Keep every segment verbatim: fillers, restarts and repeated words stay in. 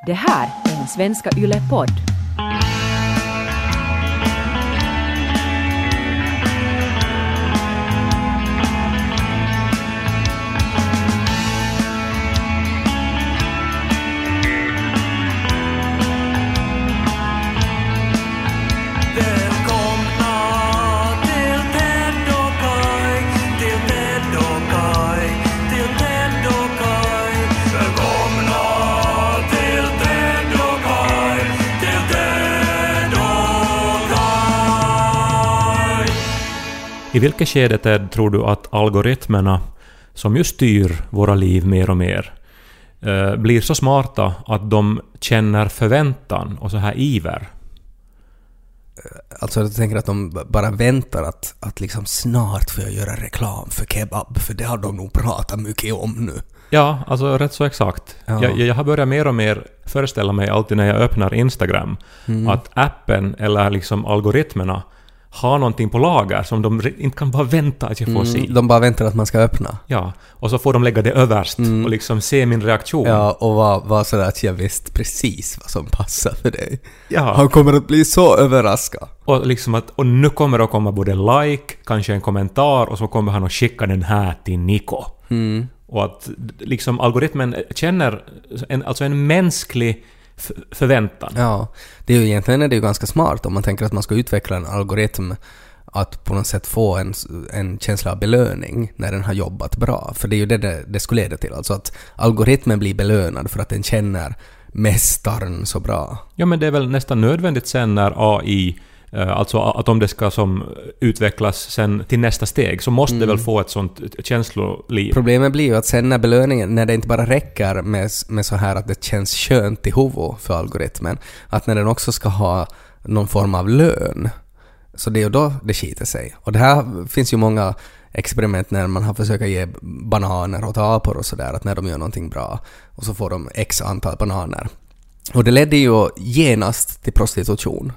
Det här är en Svenska Yle-podd. I vilket skede, Ted, tror du att algoritmerna som ju styr våra liv mer och mer eh, blir så smarta att de känner förväntan och så här iver? Alltså jag tänker att de bara väntar att, att liksom snart får jag göra reklam för kebab, för det har de nog pratat mycket om nu. Ja, alltså rätt så exakt. Ja. Jag, jag har börjat mer och mer föreställa mig alltid när jag öppnar Instagram Mm. att appen eller liksom algoritmerna har någonting på lager som de inte kan bara vänta att jag får Mm, se. de bara väntar att man ska öppna. Ja, och så får de lägga det överst Mm. och liksom se min reaktion. Ja, och vara var sådär att jag visste precis vad som passar för dig. Ja. Han kommer att bli så överraskad. Och, liksom att, och nu kommer det att komma både like, kanske en kommentar, och så kommer han att skicka den här till Niko. Mm. Och att liksom algoritmen känner en, alltså en mänsklig f- förväntan. Ja, det är ju egentligen är det ju ganska smart om man tänker att man ska utveckla en algoritm att på något sätt få en, en känsla av belöning när den har jobbat bra. För det är ju det det, det skulle leda till. Alltså att algoritmen blir belönad för att den känner mästaren så bra. Ja, men det är väl nästan nödvändigt sen när A I, eh, alltså att om det ska som utvecklas sen till nästa steg, så måste det väl få ett sånt känsloliv. Problemet blir ju att sen när belöningen, när det inte bara räcker med, med så här att det känns skönt i huvudet för algoritmen, att när den också ska ha någon form av lön, så det är ju då det skiter sig. Och det här finns ju många experiment när man har försökt ge bananer åt apor och sådär, att när de gör någonting bra och så får de x antal bananer. Och det ledde ju genast till prostitution.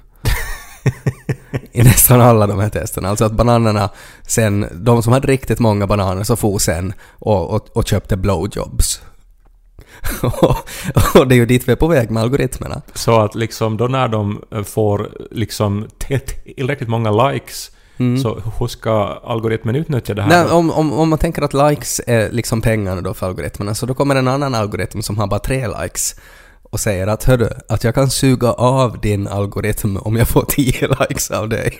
I nästan alla de här testerna. Alltså att bananerna sen, de som hade riktigt många bananer så får sen och, och, och köpte blowjobs. och, och det är ju dit vi är på väg med algoritmerna. Så att liksom då när de får liksom tillräckligt många likes, mm. så hur ska algoritmen utnyttja det här? Nej, om, om, om man tänker att likes är liksom pengarna då för algoritmerna, så då kommer en annan algoritm som har bara tre likes och säger att hörru, att jag kan suga av din algoritm om jag får tio likes av dig.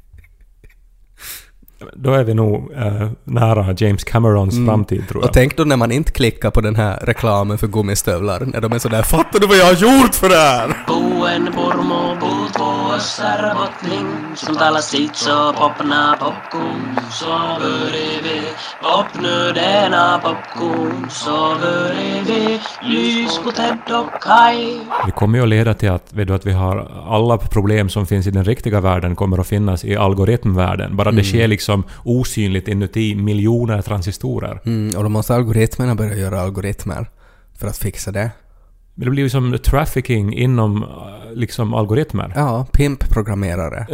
Då är vi nog eh, nära James Camerons mm. framtid, tror jag. Och tänk då när man inte klickar på den här reklamen för gummistövlar, när de är sådär, fattar du vad jag har gjort för det här? Buen purmo puut vuossar botling, som talar sitt så popna popcorn, så börjar vi popnödena popcorn, så börjar vi lys på Ted och Kai. Det kommer ju att leda till att, vet du, att vi har alla problem som finns i den riktiga världen kommer att finnas i algoritmvärlden. Bara mm. det sker liksom osynligt inuti miljoner transistorer. Mm, och då måste algoritmerna börja göra algoritmer för att fixa det. Men det blir ju som trafficking inom liksom algoritmer. Ja, pimp-programmerare.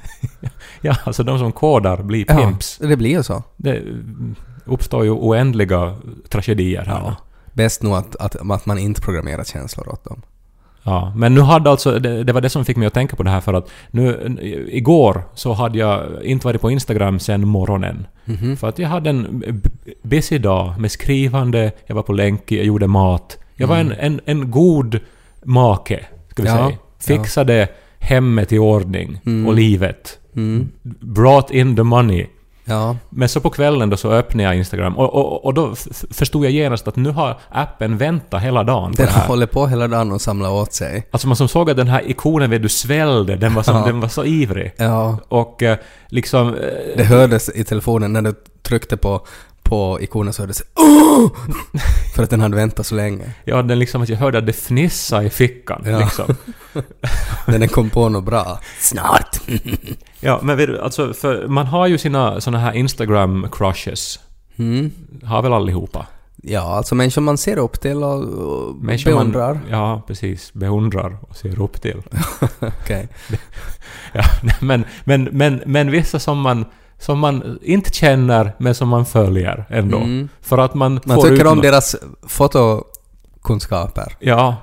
Ja, alltså de som kodar blir pimps. Ja, det blir ju så. Det uppstår ju oändliga tragedier här. Ja. Bäst nog att, att, att man inte programmerar känslor åt dem. Ja, men nu hade alltså, det, det var det som fick mig att tänka på det här, för att nu, igår så hade jag inte varit på Instagram sen morgonen. Mm-hmm. För att jag hade en busy dag med skrivande, jag var på länk, jag gjorde mat. Jag var mm. en, en, en god make, ska vi ja, säga. Fixade ja. hemmet i ordning mm. och livet. Mm. Brought in the money. Ja. Men så på kvällen då så öppnade jag Instagram och, och, och då f- förstod jag genast att nu har appen väntat hela dagen på den det här. Håller på hela dagen och samlar åt sig. Alltså man som såg att den här ikonen vid du svällde, den var, som, ja. den var så ivrig. Ja. Och eh, liksom... Eh, det hördes i telefonen när du tryckte på, på ikonen, så hördes det oh! för att den hade väntat så länge. Ja, den liksom att jag hörde att det fnissa i fickan. Ja. Liksom. Men den kom på något bra. Snart. Ja, men vet du, alltså, för man har ju sina såna här Instagram-crushes. Mm. Har väl allihopa? Ja, alltså människor man ser upp till och, och beundrar. Man, ja, precis. Beundrar och ser upp till. Okej. Ja, men, men, men, men vissa som man, som man inte känner, men som man följer ändå. Mm. För att man, man får tycker ut om no- deras fotokunskaper. Ja.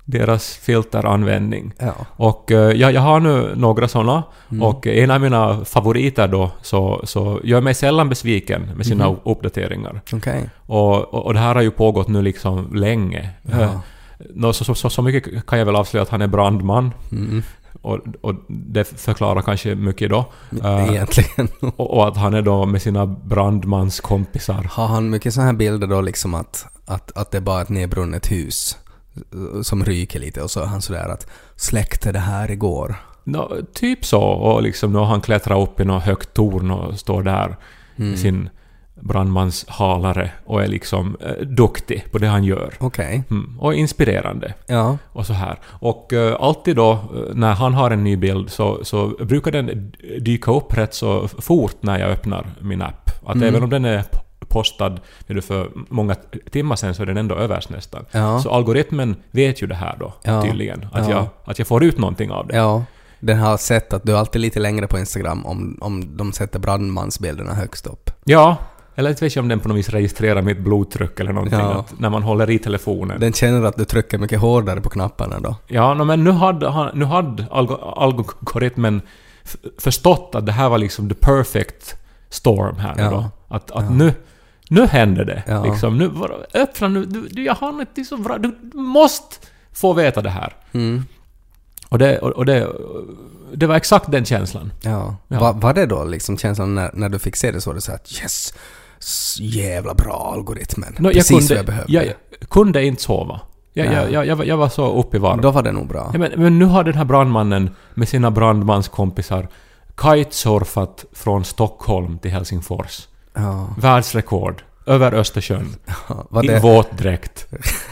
deras filteranvändning. Ja. Och uh, jag, jag har nu några sådana Mm. och en av mina favoriter då så, så gör mig sällan besviken med sina Mhm. uppdateringar. Okej. Och, och, och det här har ju pågått nu liksom länge. Ja. Uh, nå, så, så, så, så mycket kan jag väl avslöja att han är brandman. Mm. Och, och det förklarar kanske mycket då. Uh, Egentligen. och, och att han är då med sina brandmanskompisar. Har han mycket sådana här bilder då liksom att, att, att det är bara ett nedbrunnet hus eh, som ryker lite och så är han sådär att släckte det här igår. No, typ så. Och liksom nu har han klättrat upp i något högt torn och står där Mm. i sin brandmanshalare och är liksom eh, duktig på det han gör. Okej. Mm. Och inspirerande. Ja. Och så här. Och eh, alltid då eh, när han har en ny bild så, så brukar den dyka upp rätt så fort när jag öppnar min app. Att Mm. även om den är p- postad för många timmar sedan så är den ändå överst nästan. Ja. Så algoritmen vet ju det här då Ja. tydligen. Att, Ja. jag, att jag får ut någonting av det. Ja. Den har sett att du är alltid lite längre på Instagram om, om de sätter brandmansbilderna högst upp. Ja, eller jag vet inte om den på något vis registrerar mitt blodtryck eller någonting. Ja. Att när man håller i telefonen. Den känner att du trycker mycket hårdare på knapparna då. Ja, no, men nu hade, han, nu hade alg- algoritmen f- förstått att det här var liksom the perfect storm här nu Ja. då. Att, att Ja. nu, nu händer det. Ja. Liksom, nu, var- öppna nu, du, du, jag har inte så bra, du måste få veta det här. Mm. Och det, och, och det, det var exakt den känslan. Ja. Ja. Va, var det då liksom känslan när, när du fick se det så var det så att yes, s- jävla bra algoritmen. No, jag, Precis kunde, vad jag behövde. jag, jag kunde inte sova. Jag, Ja. jag, jag, jag, var- jag var så uppe i varv. Då var det nog bra. Ja, men, men nu har den här brandmannen med sina brandmanskompisar kitesurfat från Stockholm till Helsingfors. Ja. Världsrekord. Över Östersjön. Var I det våtdräkt.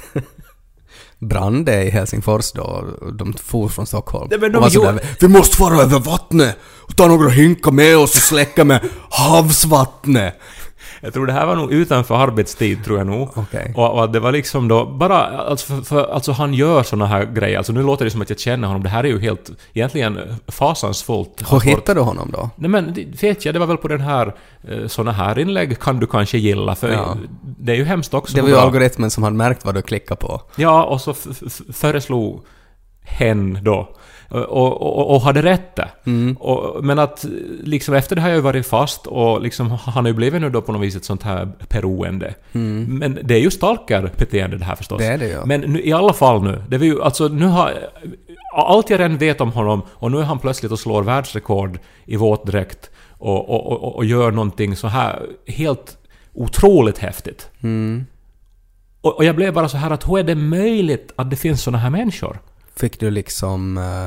brann det i Helsingfors då? De for från Stockholm. Nej, men de och var så gjorde- där, vi måste fara över vattnet och ta några hinkar med oss och släcka med havsvattnet. Jag tror det här var nog utanför arbetstid, tror jag nog. Okej. Och, och det var liksom då bara... Alltså, för, för, alltså han gör såna här grejer. Alltså nu låter det som att jag känner honom. Det här är ju helt... Egentligen fasansfullt. Hur hittade du honom då? Nej men det- vet jag, det var väl på den här... eh, Såna här inlägg kan du kanske gilla. För Ja. det är ju hemskt också. Det var ju bra. algoritmen som hade märkt vad du klickade på. Ja, och så f- f- föreslog hen då. Och, och, och hade rätt där. Mm. Och, men att liksom efter det har jag ju varit fast och liksom han har ju blivit nu då på något vis ett sånt här beroende. Mm. Men det är ju stalkerbeteende det här förstås. Det är det ju. Men nu, i alla fall nu, det är ju alltså nu har allt jag redan vet om honom och nu är han plötsligt och slår världsrekord i våtdräkt och, och, och, och gör någonting så här helt otroligt häftigt. Mm. Och, och jag blev bara så här att hur är det möjligt att det finns såna här människor? Fick du liksom äh,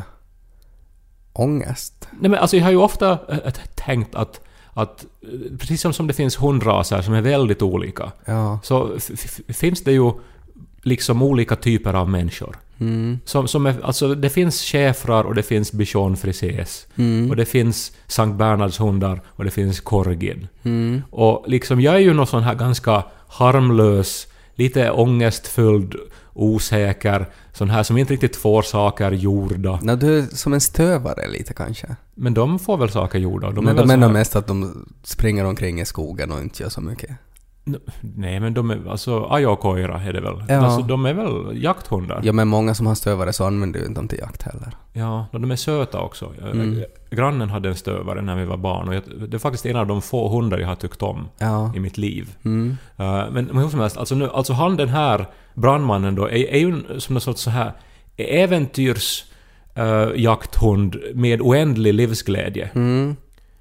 ångest? Nej men alltså jag har ju ofta äh, tänkt att, att äh, precis som, som det finns hundraser som är väldigt olika Ja. så f- f- finns det ju liksom olika typer av människor. Mm. Som, som är, alltså det finns schäfrar och det finns bichon frisés Mm. och det finns Sankt Bernards hundar och det finns korgin. Mm. Och liksom jag är ju någon sån här ganska harmlös, lite ångestfylld, osäker, sån här som inte riktigt får saker gjorda. Nå, du är som en stövare lite kanske. Men de får väl saker gjorda. De Men väl de så menar här- mest att de springer omkring i skogen och inte gör så mycket. N- Nej men de är, alltså ajokoira är det väl. Ja. Alltså de är väl jakthundar. Ja, men många som har stövare så använder ju inte dem till jakt heller. Ja, och de är söta också. Mm. Grannen hade en stövare när vi var barn och jag, det är faktiskt en av de få hundar jag har tyckt om Ja. i mitt liv. Mm. Uh, men men hur som helst, alltså, nu, alltså han den här brandmannen då är, är ju en- som en sorts så här äventyrs uh, jakthund med oändlig livsglädje. Mm.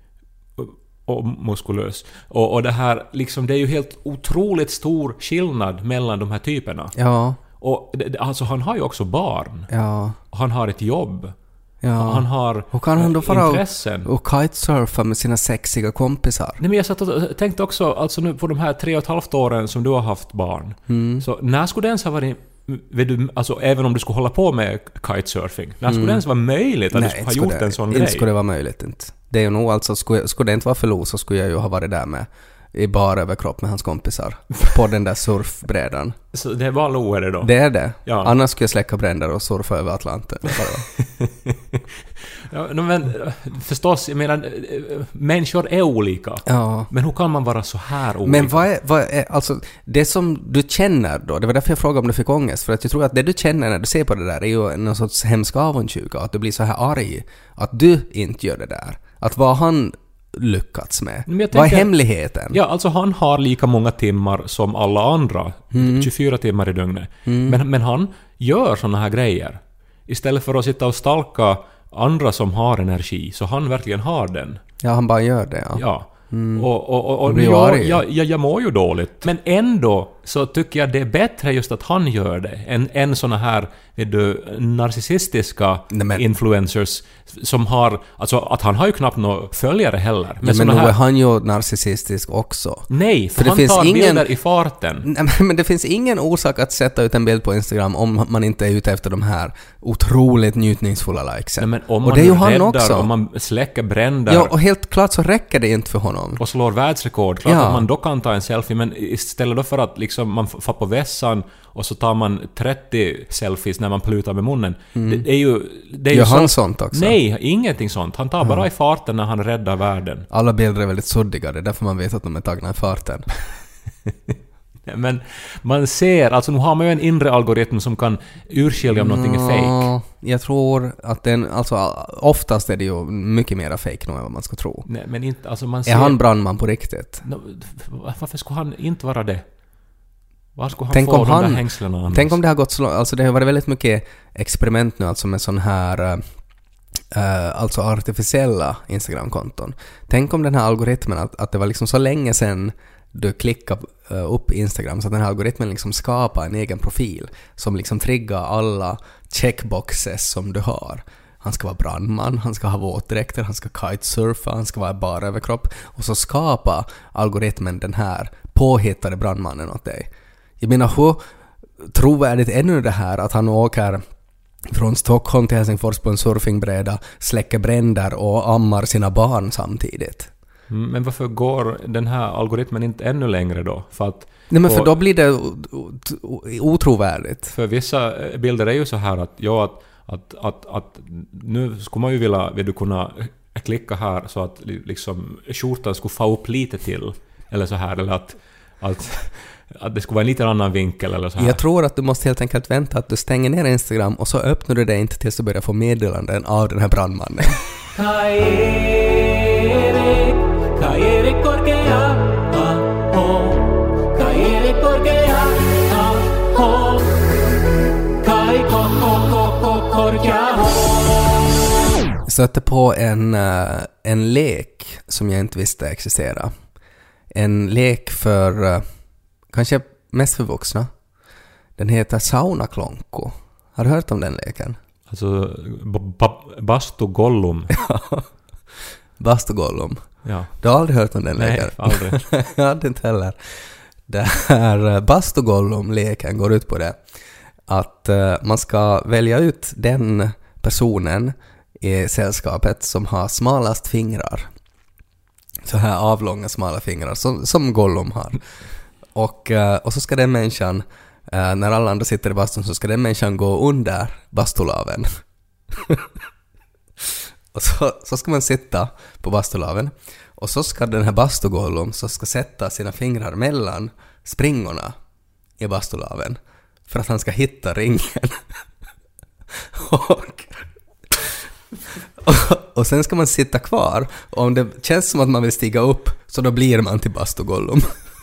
Och muskulös. Och, och det här, liksom, det är ju helt otroligt stor skillnad mellan de här typerna. Ja. Och det, det- alltså han har ju också barn. Ja. Han har ett jobb. Ja. Han har Och kan han då eh, fara och, intressen. och kitesurfa med sina sexiga kompisar? Nej men jag satt och tänkte också, alltså nu på de här tre och ett halvt åren som du har haft barn. Mm. Så när skulle det ens ha varit, vet du, alltså även om du skulle hålla på med kitesurfing, när skulle det ens vara möjligt att du skulle ha skulle gjort det, en sån inte grej? skulle det vara möjligt. Inte. Det är ju nog alltså, skulle, skulle det inte vara förlor så skulle jag ju ha varit där med i bara överkropp med hans kompisar på den där surfbrädan. Så det var Lo är det då? Det är det. Ja. Annars skulle jag släcka bränder och surfa över Atlanten. Ja, men förstås, jag menar, människor är olika. Ja. Men hur kan man vara så här olika? Men vad är, vad är, alltså, det som du känner då, det var därför jag frågade om du fick ångest, för att jag tror att det du känner när du ser på det där är ju någon sorts hemsk avundsjuka, att du blir så här arg, att du inte gör det där. Att vad han lyckats med. Tänker, vad är hemligheten? Ja, alltså han har lika många timmar som alla andra. Mm. tjugofyra timmar i dygnet. Mm. Men, men han gör såna här grejer. Istället för att sitta och stalka andra som har energi, så han verkligen har den. Ja, han bara gör det, ja. Ja. Mm. Och, och, och, och jag, jag, jag, jag mår ju dåligt. Men ändå så tycker jag det är bättre just att han gör det än, än såna här vet du, narcissistiska Nej, men... influencers som har, alltså att han har ju knappt några följare heller. Men, ja, men här... är han ju narcissistisk också. Nej, för, för det han tar ingen... bilder i farten. Nej, men det finns ingen orsak att sätta ut en bild på Instagram om man inte är ute efter de här otroligt njutningsfulla likesen. Nej, men om och man det är ju räddar, han också. Om man släcker bränder. Ja, och helt klart så räcker det inte för honom. Och slår världsrekord. Klart ja. att man då kan ta en selfie, men istället då för att liksom man får på vässan och så tar man trettio selfies när man plutar med munnen. Mm. Det, det är ju... Det är Gör ju han så, sånt också? Nej, ingenting sånt. Han tar mm. bara i farten när han räddar världen. Alla bilder är väldigt suddiga, det är därför man vet att de är tagna i farten. Men man ser, alltså nu har man ju en inre algoritm som kan urskilja om någonting är fake. Jag tror att den, alltså oftast är det ju mycket mer fake nog än vad man ska tro. Nej, men inte, alltså man ser... Är han brandman på riktigt? No, varför skulle han inte vara det? Var skulle han tänk få om de han, där hängslena annars? Tänk om det har gått så långt, alltså det har varit väldigt mycket experiment nu alltså med sån här uh, alltså artificiella Instagram-konton. Tänk om den här algoritmen, att, att det var liksom så länge sedan du klickar uh, upp Instagram så att den här algoritmen liksom skapar en egen profil som liksom triggar alla checkboxes som du har. Han ska vara brandman, han ska ha våtdräkter, han ska kitesurfa, han ska vara bara överkropp. Och så skapar algoritmen den här påhittade brandmannen åt dig. Jag menar, hur trovärdigt är nu det här att han åker från Stockholm till Helsingfors på en surfingbräda, släcker bränder och ammar sina barn samtidigt? Men varför går den här algoritmen inte ännu längre då? För att Nej, men för och, då blir det otrovärdigt. För vissa bilder är ju så här att ja, att, att, att, att nu skulle man ju vilja vill du kunna klicka här så att liksom skjortan skulle få upp lite till eller så här, eller att, att, att det skulle vara en lite annan vinkel eller så här. Jag tror att du måste helt enkelt vänta att du stänger ner Instagram och så öppnar du det inte tills du börjar få meddelanden av den här brandmannen. Jag stötte på en, en lek som jag inte visste existera. En lek för, kanske mest för vuxna. Den heter Saunaklonko. Har du hört om den leken? Alltså, Bastu Gollum. Ja, Bastu Gollum. Ja. Du har aldrig hört om den leken? Nej, aldrig. Jag hade inte heller. Det här Bastu Gollum-leken går ut på det. Att uh, man ska välja ut den personen i sällskapet som har smalast fingrar. Så här avlånga smala fingrar som, som Gollum har. Och, uh, och så ska den människan, uh, när alla andra sitter i bastun, så ska den människan gå under bastulaven. Och så, så ska man sitta på bastulaven. Och så ska den här bastugollum så ska sätta sina fingrar mellan springorna i bastulaven. För att han ska hitta ringen. och, och, och sen ska man sitta kvar. Och om det känns som att man vill stiga upp, så då blir man till bastugollum.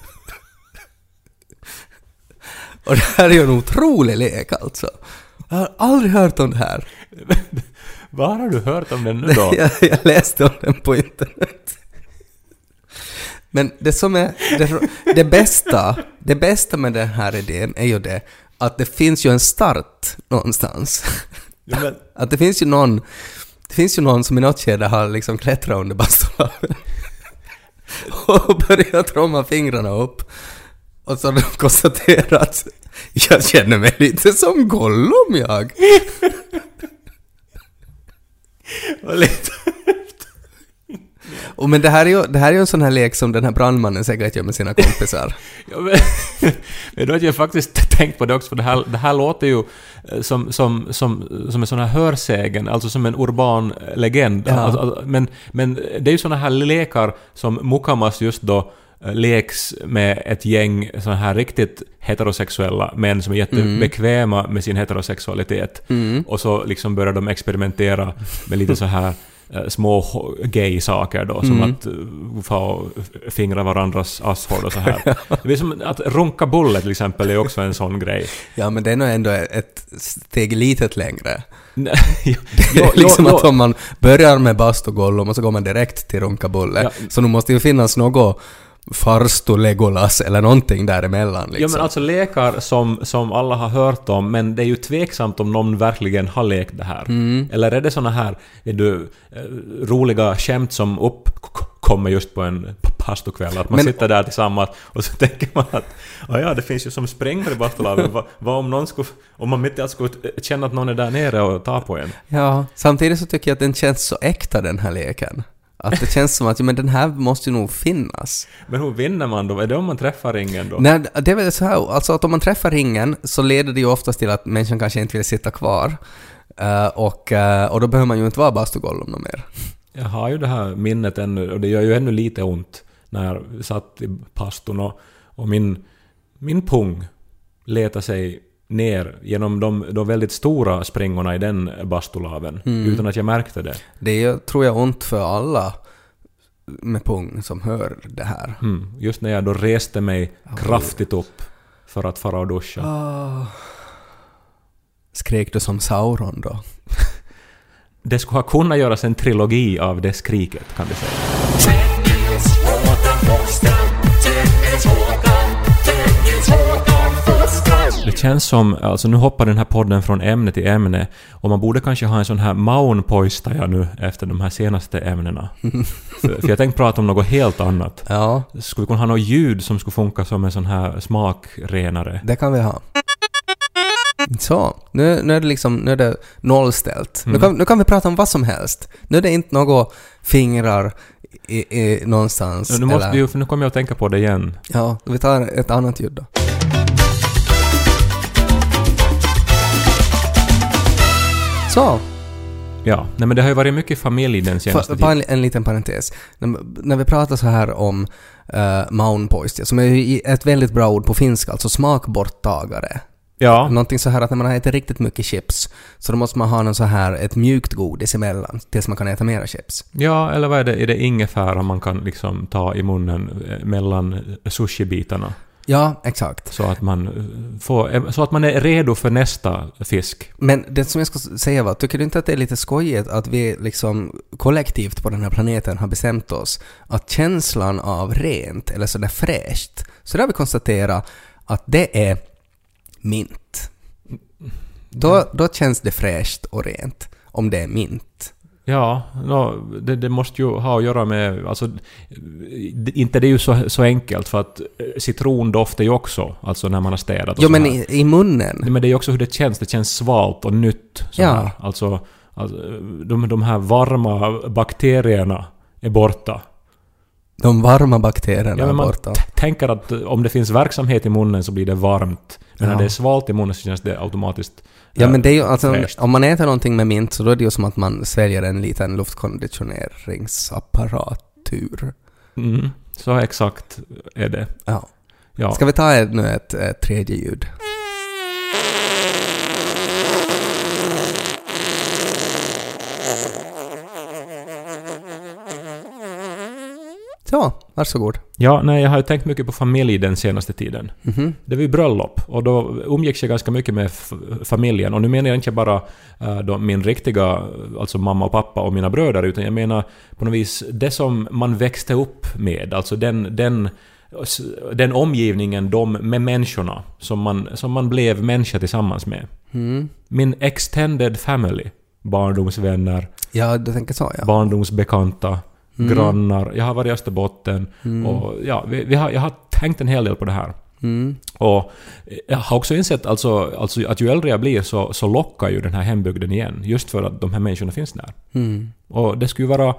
Och det här är ju en otrolig lek alltså. Jag har aldrig hört om det här. Var har du hört om den nu då? jag, jag läste om den på internet. Men det som är det, det bästa, det bästa med den här idén är ju det att det finns ju en start någonstans. Ja, men... Att det finns ju någon det finns ju någon som i något skede har liksom klättrat under bastulaven och börjat tromma fingrarna upp. Och så har de konstaterat, jag känner mig lite som Gollum jag. Och, lite... Och men det här är ju, det här är ju en sån här lek som den här brandmannen säkert gör med sina kompisar. Ja, men, men då har jag faktiskt tänkt på det också, för det här, det här låter ju som, som, som, som en sån här hörsägen, alltså som en urban legend. Ja. Alltså, men, men det är ju såna här lekar som Mukamas just då leks med ett gäng såna här riktigt heterosexuella män som är jättebekväma mm. med sin heterosexualitet. Mm. Och så liksom börjar de experimentera med lite så här uh, små gay-saker då, som mm. att uh, få fingra varandras asshåll och så här. Det är som att runka bulle till exempel är också en sån grej. Ja, men det är nog ändå ett steg litet längre. jo, det är liksom jo, att om man börjar med bastugollum och så går man direkt till runka bulle. Ja. Så nu måste ju finnas något Farsto, Legolas eller någonting däremellan. Liksom. Ja, men alltså lekar som, som alla har hört om, men det är ju tveksamt om någon verkligen har lekt det här. Mm. Eller är det såna här är du, roliga skämt som uppkommer just på en pastukväll, att man men, sitter där tillsammans och så tänker man att oh ja, det finns ju som sprängare i bastulaven. Vad, vad om någon skulle, om man mitt i allt skulle känna att någon är där nere och tar på en? Ja, samtidigt så tycker jag att den känns så äkta, den här leken. Att det känns som att ja, men den här måste ju nog finnas. Men hur vinner man då? Är det om man träffar ringen då? Nej, det är väl så här. Alltså att om man träffar ringen så leder det ju oftast till att människan kanske inte vill sitta kvar. Uh, och, uh, och då behöver man ju inte vara bastugollum någon mer. Jag har ju det här minnet ännu, och det gör ju ännu lite ont när jag satt i pastun och, och min, min pung letar sig ner genom de, de väldigt stora sprängorna i den bastulaven mm. utan att jag märkte det. Det är, tror jag, ont för alla med pung som hör det här. Mm. Just när jag då reste mig oh. kraftigt upp för att fara och duscha. Oh. Skrek du som Sauron då? Det skulle ha kunnat göras en trilogi av det skriket, kan du säga. Det känns som, alltså nu hoppar den här podden från ämne till ämne och man borde kanske ha en sån här maunpoistaja nu efter de här senaste ämnena. för, för jag tänkte prata om något helt annat. Ja. Skulle vi kunna ha något ljud som skulle funka som en sån här smakrenare? Det kan vi ha. Så, nu, nu är det liksom, nu är det nollställt. Mm. Nu, kan, nu kan vi prata om vad som helst. Nu är det inte något fingrar i, i, någonstans. Ja, nu, måste eller... ju, för nu kommer jag att tänka på det igen. Ja, vi tar ett annat ljud då. Så. Ja, nej, men det har ju varit mycket familj i den senaste tiden. En, en liten parentes. När, när vi pratar så här om uh, maunpoistia, som är ju ett väldigt bra ord på finska, alltså smakborttagare. Ja. Någonting så här att när man har ätit riktigt mycket chips så då måste man ha någon så här ett mjukt godis emellan tills man kan äta mera chips. Ja, eller vad är det? Är det ingefära man kan liksom ta i munnen mellan sushi-bitarna? Ja, exakt. Så att man får, så att man är redo för nästa fisk. Men det som jag ska säga var, tycker du inte att det är lite skojigt att vi liksom kollektivt på den här planeten har bestämt oss att känslan av rent eller sådär fräscht, så där har vi konstaterat att det är mint. Då, då känns det fräscht och rent om det är mint. Ja, no, det, det måste ju ha att göra med, alltså, det, inte det är ju så, så enkelt, för att citrondoft är ju också, alltså när man har städat och jo, men i, i munnen. Men det är ju också hur det känns, det känns svalt och nytt. Så ja. Här. Alltså, alltså de, de här varma bakterierna är borta. De varma bakterierna ja, är man borta. T- tänker att om det finns verksamhet i munnen så blir det varmt. Men ja. När det är svalt i munnen så känns det automatiskt ja, äh, men det är ju, alltså, om man äter någonting med mint så då är det ju som att man sväljer en liten luftkonditioneringsapparatur. Mm, så exakt är det. Ja. Ja. Ska vi ta ett, nu ett, ett tredje ljud? Ja, varsågod. Ja, nej, jag har ju tänkt mycket på familj den senaste tiden. Mm-hmm. Det var ju bröllop och då umgicks jag ganska mycket med f- familjen. Och nu menar jag inte bara äh, då, min riktiga, alltså mamma och pappa och mina bröder, utan jag menar på något vis det som man växte upp med. Alltså den, den, den omgivningen, de med människorna som man, som man blev människa tillsammans med. Mm. Min extended family, barndomsvänner, ja, du tänker så, ja. barndomsbekanta, Mm. grannar. Jag har varit i Österbotten mm. och ja, vi, vi har, jag har tänkt en hel del på det här. Mm. Och jag har också insett alltså, alltså att ju äldre jag blir så, så lockar ju den här hembygden igen. Just för att de här människorna finns där. Mm. Och det skulle vara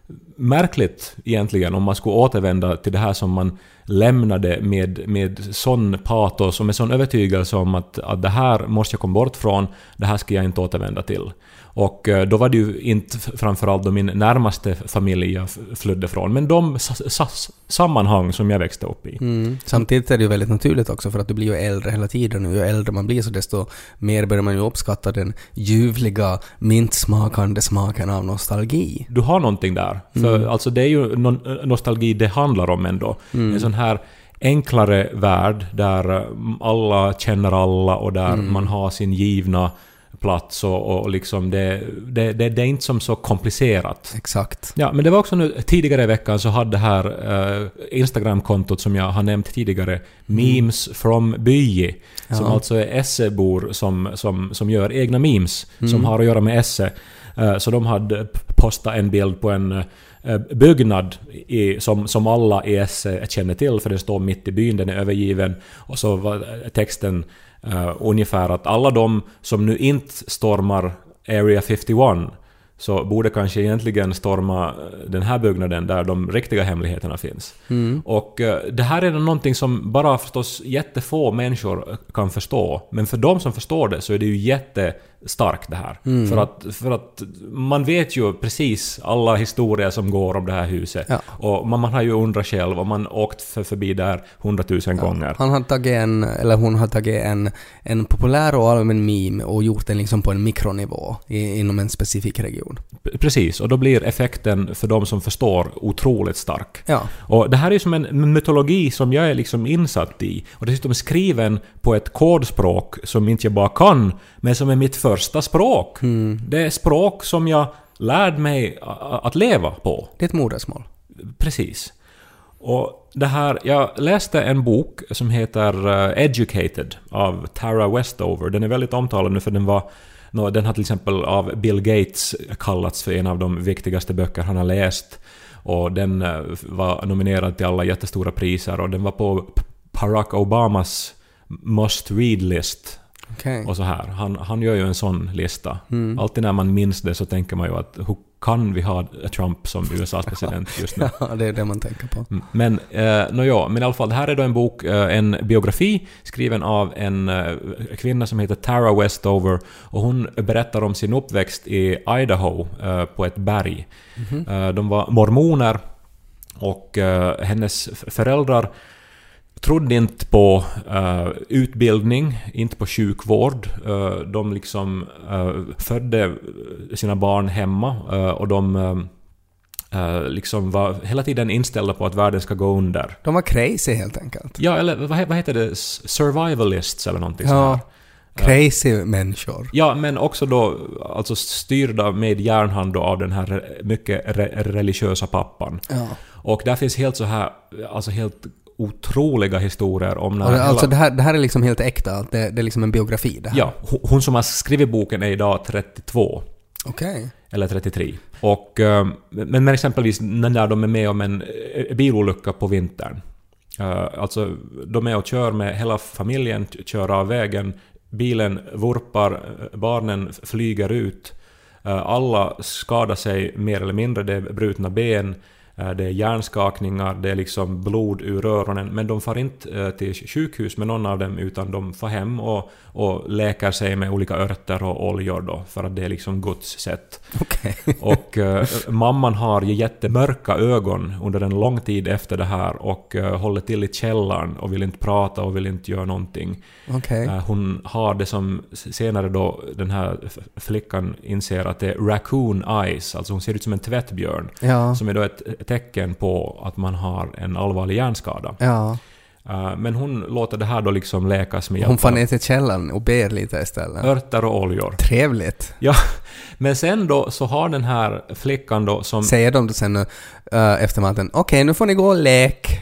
märkligt egentligen om man skulle återvända till det här som man lämnade med, med sån patos och med sån övertygelse om att, att det här måste jag komma bort från, det här ska jag inte återvända till. Och då var det ju inte framförallt då min närmaste familj jag flydde från, men de s- s- sammanhang som jag växte upp i. Mm. Samtidigt är det ju väldigt naturligt också, för att du blir ju äldre hela tiden, och ju äldre man blir så desto mer börjar man ju uppskatta den ljuvliga, mintsmakande smaken av nostalgi. Du har någonting där. För Mm. alltså det är ju no- nostalgi det handlar om ändå. Mm. En sån här enklare värld där alla känner alla och där Mm. man har sin givna plats och, och liksom det, det, det, det är inte som så komplicerat. Exakt. Ja, men det var också nu tidigare i veckan så hade det här uh, Instagram-kontot som jag har nämnt tidigare, Memes from Byi, Ja. som alltså är Essebor som, som, som gör egna memes Mm. som har att göra med Esse. Uh, så de hade postat en bild på en uh, byggnad i, som, som alla i Esse känner till, för den står mitt i byn, den är övergiven, och så var texten Uh, ungefär att alla de som nu inte stormar Area femtioett så borde kanske egentligen storma den här byggnaden där de riktiga hemligheterna finns. Mm. Och uh, det här är någonting som bara förstås jättefå människor kan förstå. Men för de som förstår det så är det ju jättestarkt det här. Mm. För, att, för att man vet ju precis alla historier som går om det här huset. Ja. Och man, man har ju undrat själv och man åkt för förbi där hundratusen Ja. gånger. Han har tagit en, eller hon har tagit en, en populär och allmän meme och gjort den liksom på en mikronivå i, inom en specifik region. P- Precis, och då blir effekten för de som förstår otroligt stark. Ja. Och det här är ju som en mytologi som jag är liksom insatt i. Och dessutom skriven på ett kodspråk som inte jag bara kan, men som är mitt första språk. Mm. Det är språk som jag lärde mig a- att leva på. Det är ett modersmål. Precis. Och det här, jag läste en bok som heter uh, Educated av Tara Westover. Den är väldigt omtalad nu för den var no, den har till exempel av Bill Gates kallats för en av de viktigaste böcker han har läst. Och den uh, var nominerad till alla jättestora priser och den var på Barack Obamas must read list. Okej. Och så här. Han, han gör ju en sån lista. Mm. Alltid när man minns det så tänker man ju att hur kan vi ha Trump som U S A:s president just nu? Ja, det är det man tänker på. Mm. Men, eh, no, ja, men i alla fall, det här är då en bok, eh, en biografi skriven av en eh, kvinna som heter Tara Westover, och hon berättar om sin uppväxt i Idaho eh, på ett berg. Mm-hmm. Eh, de var mormoner och eh, hennes föräldrar trodde inte på uh, utbildning, inte på sjukvård. Uh, de liksom uh, födde sina barn hemma uh, och de uh, liksom var hela tiden inställda på att världen ska gå under. De var crazy helt enkelt. Ja, eller vad, vad heter det? Survivalists eller någonting Ja, sånt här. crazy människor. Ja, men också då alltså styrda med järnhand då av den här mycket re- religiösa pappan. Ja. Och där finns helt så här, alltså helt otroliga historier om när Och det, alltså hela- det här, det här är liksom helt äkta, att det, det är liksom en biografi det här. Ja, hon- hon som har skrivit boken är idag trettiotvå. Okej. Eller trettiotre. Och, eh, men, men exempelvis när de är med om en eh, bilolycka på vintern. Eh, Alltså, de är och kör med hela familjen, kör av vägen. Bilen vurpar, eh, barnen flyger ut. Eh, Alla skadar sig mer eller mindre, det är brutna ben. eh, Det är hjärnskakningar, det är liksom blod ur öronen. Men de far inte eh, till sjukhus med någon av dem, utan de får hem och, och läker sig med olika örter och oljor då, för att det är liksom Guds sätt. Okej. Och eh, mamman har ju jättemörka ögon under en lång tid efter det här och eh, håller till i källaren och vill inte prata och vill inte göra någonting. Okej. Eh, hon har det som senare då den här f- flickan inser att det är raccoon eyes, alltså hon ser ut som en tvättbjörn, Ja. som är då ett ett tecken på att man har en allvarlig hjärnskada. Ja. Eh, men hon låter det här då liksom läkas med Hon hjälp får av ner till källan och ber lite istället. örter och oljor. Trevligt. Ja, men sen då så har den här flickan då som... Säger de då sen uh, efter maten, okej, nu får ni gå och lek.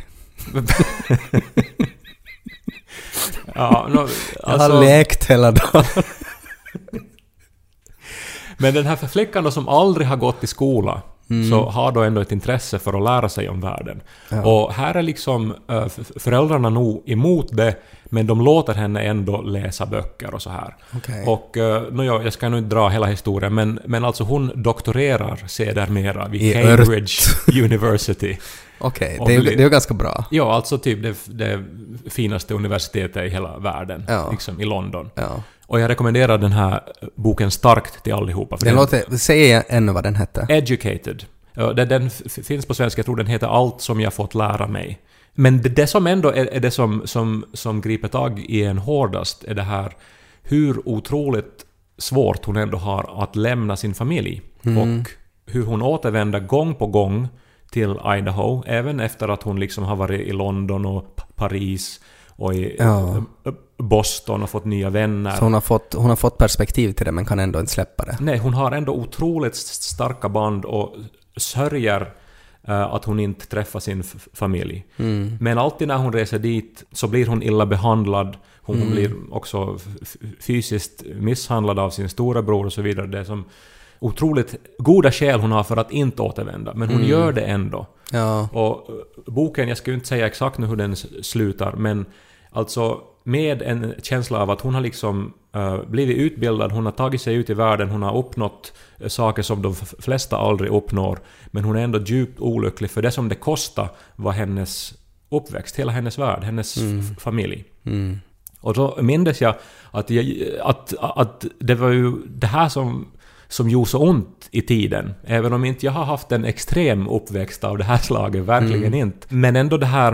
Ja, no, Jag har alltså, lekt hela dagen. men den här flickan då som aldrig har gått i skola, mm. så har då ändå ett intresse för att lära sig om världen. Ja. Och här är liksom äh, föräldrarna nog emot det, men de låter henne ändå läsa böcker och så här. Okay. Och äh, no, jag ska nu inte dra hela historien, men, men alltså hon doktorerar sedermera vid I Cambridge University. Okej, okay. det, det är ju ganska bra. Ja, alltså typ det, det finaste universitetet i hela världen, ja. liksom i London. Ja. Och jag rekommenderar den här boken starkt till allihopa. För den den låter, säg ännu vad den heter. Educated. Ja, den, den f- finns på svenska, jag tror den heter Allt som jag fått lära mig. Men det, det som ändå är, är det som, som, som griper tag i en hårdast är det här hur otroligt svårt hon ändå har att lämna sin familj. Mm. Och hur hon återvänder gång på gång till Idaho, även efter att hon liksom har varit i London och Paris och i ja. Boston och fått nya vänner. Så hon har fått, hon har fått perspektiv till det, men kan ändå inte släppa det. Nej, hon har ändå otroligt starka band och sörjer uh, att hon inte träffar sin f- familj. Mm. Men alltid när hon reser dit så blir hon illa behandlad. Hon, mm. hon blir också f- fysiskt misshandlad av sin stora bror och så vidare. Det är som otroligt goda skäl hon har för att inte återvända, men hon mm. gör det ändå. Ja. Och boken, jag ska inte säga exakt nu hur den slutar, men alltså med en känsla av att hon har liksom uh, blivit utbildad, hon har tagit sig ut i världen, hon har uppnått uh, saker som de f- flesta aldrig uppnår, men hon är ändå djupt olycklig för det som det kostar var hennes uppväxt, hela hennes värld, hennes mm. f- familj. Mm. Och då minns jag att, jag att, att det var ju det här som som gjorde så ont i tiden. Även om inte jag har haft en extrem uppväxt av det här slaget, verkligen mm. inte. Men ändå det här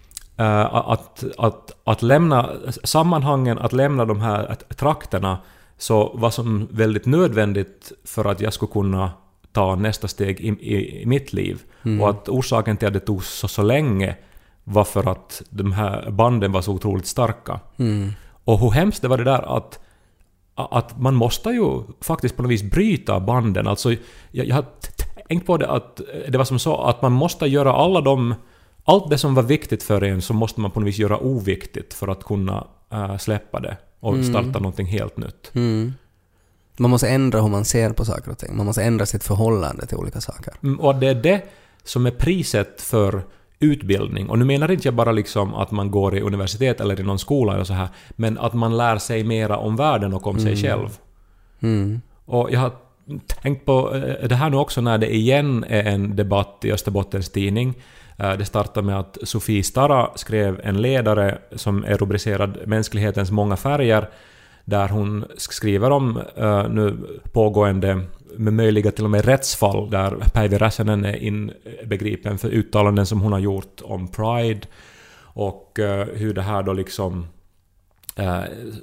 uh, att, att, att lämna sammanhangen, att lämna de här trakterna, så var som väldigt nödvändigt för att jag skulle kunna ta nästa steg i, i, i mitt liv. Mm. Och att orsaken till att det tog så, så länge var för att de här banden var så otroligt starka. Mm. Och hur hemskt det var det där att att man måste ju faktiskt på något vis bryta banden. Alltså, jag, jag har tänkt på det att det var som så att man måste göra alla de, allt det som var viktigt för en, så måste man på något vis göra oviktigt för att kunna äh, släppa det och mm. starta någonting helt nytt. Mm. Man måste ändra hur man ser på saker och ting. Man måste ändra sitt förhållande till olika saker. Mm, och det är det som är priset för utbildning. Och nu menar inte jag bara liksom att man går i universitet eller i någon skola eller så här, men att man lär sig mera om världen och om mm. sig själv. Mm. Och jag har tänkt på det här nu också när det igen är en debatt i Österbottens tidning. Det startar med att Sofie Stara skrev en ledare som är rubricerad Mänsklighetens många färger, där hon skriver om uh, nu pågående med möjliga till och med rättsfall där Päivi Räsänen är inbegripen för uttalanden som hon har gjort om Pride och uh, hur det här då liksom uh,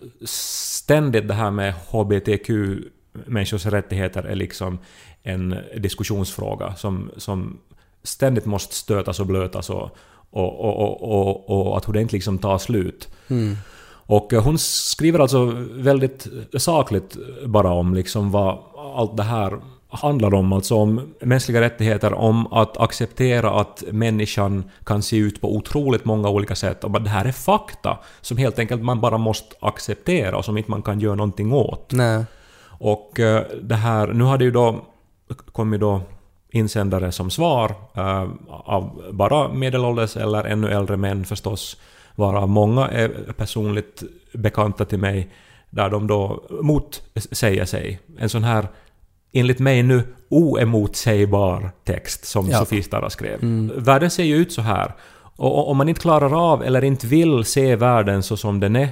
ständigt det här med H B T Q-människors rättigheter är liksom en diskussionsfråga som, som ständigt måste stötas och blötas och, och, och, och, och, och att hur det inte liksom tar slut. Mm. Och hon skriver alltså väldigt sakligt bara om liksom vad allt det här handlar om, alltså om mänskliga rättigheter, om att acceptera att människan kan se ut på otroligt många olika sätt, och att det här är fakta som helt enkelt man bara måste acceptera och som inte man kan göra någonting åt. Nej. Och det här, nu har det ju då kommit då insändare som svar uh, av bara medelålders eller ännu äldre män förstås, varav många är personligt bekanta till mig, där de då motsäger sig. En sån här, enligt mig nu, oemotsägbar text som ja. Sofie Stara skrev. Mm. Världen ser ju ut så här. Och om man inte klarar av eller inte vill se världen så som den är,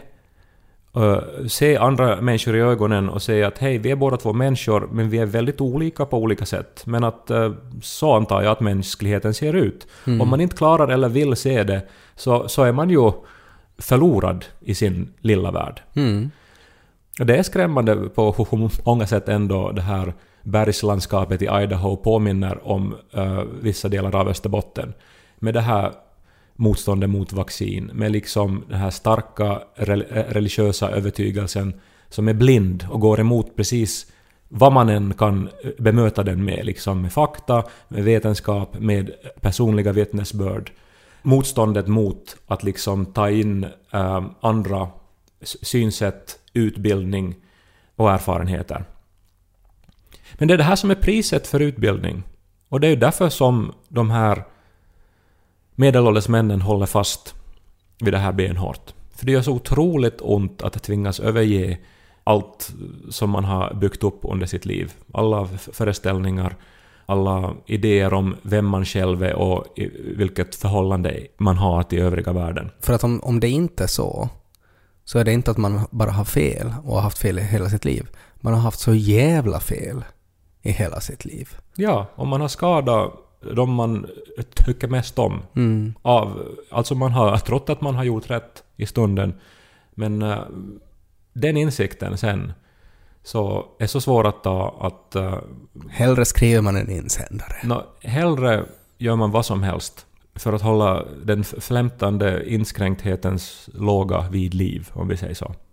uh, se andra människor i ögonen och säga att hej, vi är båda två människor, men vi är väldigt olika på olika sätt. Men att uh, så antar jag att mänskligheten ser ut. Mm. Om man inte klarar eller vill se det, så, så är man ju förlorad i sin lilla värld. Mm. Det är skrämmande på många sätt ändå. Det här bergslandskapet i Idaho påminner om uh, vissa delar av Österbotten. Med det här motståndet mot vaccin, med liksom den här starka religiösa övertygelsen som är blind och går emot precis vad man än kan bemöta den med, liksom med fakta, med vetenskap, med personliga vittnesbörd. Motståndet mot att liksom ta in äh, andra synsätt, utbildning och erfarenheter. Men det är det här som är priset för utbildning. Och det är ju därför som de här medelålders männen håller fast vid det här benhårt. För det gör så otroligt ont att tvingas överge allt som man har byggt upp under sitt liv. Alla föreställningar, alla idéer om vem man själv är och vilket förhållande man har till övriga världen. För att om, om det inte är så, så är det inte att man bara har fel och har haft fel i hela sitt liv. Man har haft så jävla fel i hela sitt liv. Ja, om man har skadat de man tycker mest om. Mm. Av, alltså man har trott att man har gjort rätt i stunden. Men uh, den insikten sen så är så svår att ta att... Uh, hellre skriver man en insändare. No, hellre gör man vad som helst för att hålla den flämtande inskränkhetens låga vid liv, om vi säger så.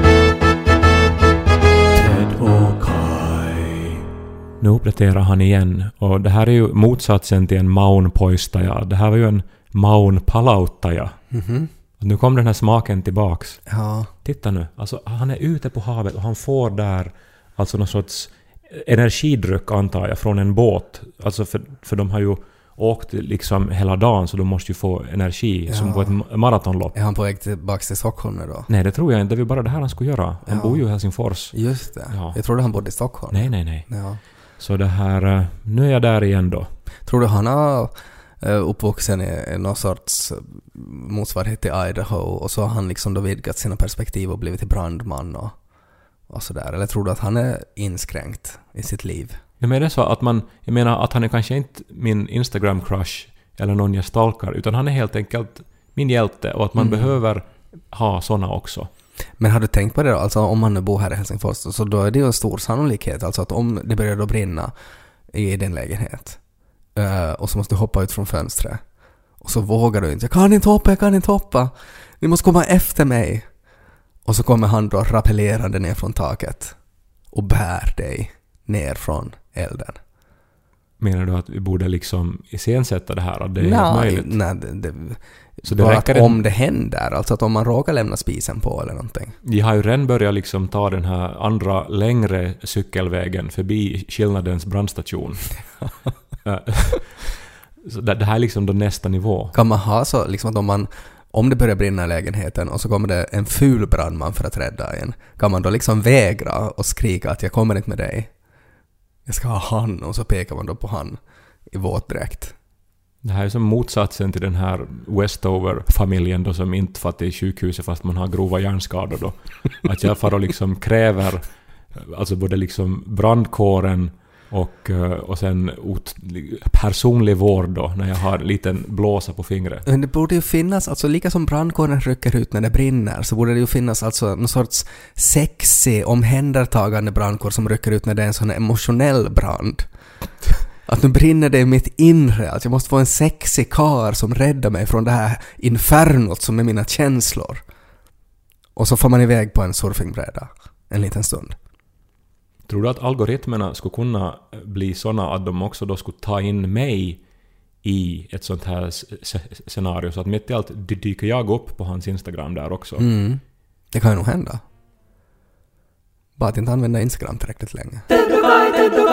Ted och Kai. Nu uppdaterar han igen. Och det här är ju motsatsen till en maunpoistaja. Det här var ju en maunpalauttaja. Mhm. Nu kom den här smaken tillbaks. Ja. Titta nu. Alltså, han är ute på havet och han får där alltså någon sorts energidryck, antar jag, från en båt. Alltså för, för de har ju åkt liksom hela dagen, så de måste ju få energi, ja. som på ett maratonlopp. Är han på väg tillbaka till Stockholm nu då? Nej, det tror jag inte. Det var bara det här han skulle göra. Han ja. bor ju i Helsingfors. Just det. Ja. Jag trodde han bodde i Stockholm. Nej, nej, nej. Ja. Så det här... Nu är jag där igen då. Tror du han har uppvuxen i någon sorts motsvarighet till Idaho, och så har han liksom då vidgat sina perspektiv och blivit till brandman och, och sådär? Eller tror du att han är inskränkt i sitt liv? Jag menar så att man... Jag menar att han är kanske inte min Instagram-crush eller någon jag stalkar, utan han är helt enkelt min hjälte, och att man mm. behöver ha såna också. Men har du tänkt på det då? Alltså om man nu bor här i Helsingfors, så då är det ju en stor sannolikhet alltså att om det börjar då brinna i din lägenhet uh, och så måste du hoppa ut från fönstret och så vågar du inte. Jag kan inte hoppa, jag kan inte hoppa. Ni måste komma efter mig. Och så kommer han då rappellerande ner från taket och bär dig ner från elden. Menar du att vi borde liksom iscensätta det här? Att det är nej, helt möjligt? Nej, det, det, så det bara räcker att en... om det händer, alltså att om man råkar lämna spisen på eller någonting. Vi har ju redan börjat liksom ta den här andra längre cykelvägen förbi Skillnadens brandstation. Så det, det här är liksom då nästa nivå. Kan man ha så liksom att om man om det börjar brinna i lägenheten och så kommer det en ful brandman för att rädda en, kan man då liksom vägra och skrika att jag kommer inte med dig? Jag ska ha han, och så pekar man då på han i våtdräkt. Det här är som motsatsen till den här Westover-familjen då som inte fattar i sjukhuset fast man har grova hjärnskador då. Att jag far och liksom kräver alltså både liksom brandkåren och, och sen ot, personlig vård då när jag har en liten blåsa på fingret. Men det borde ju finnas, alltså lika som brandkåren rycker ut när det brinner, så borde det ju finnas alltså någon sorts sexig omhändertagande brandkår som rycker ut när det är en sån emotionell brand. Att nu brinner det i mitt inre, att jag måste få en sexig kar som räddar mig från det här infernot som är mina känslor. Och så får man iväg på en surfingbräda en liten stund. Tror du att algoritmerna skulle kunna bli såna att de också då skulle ta in mig i ett sånt här scenario, så att mitt i allt dyker jag upp på hans Instagram där också? Mm. Det kan ju nog hända. Bara att inte använda Instagram tillräckligt länge. Ted och Kai, Ted och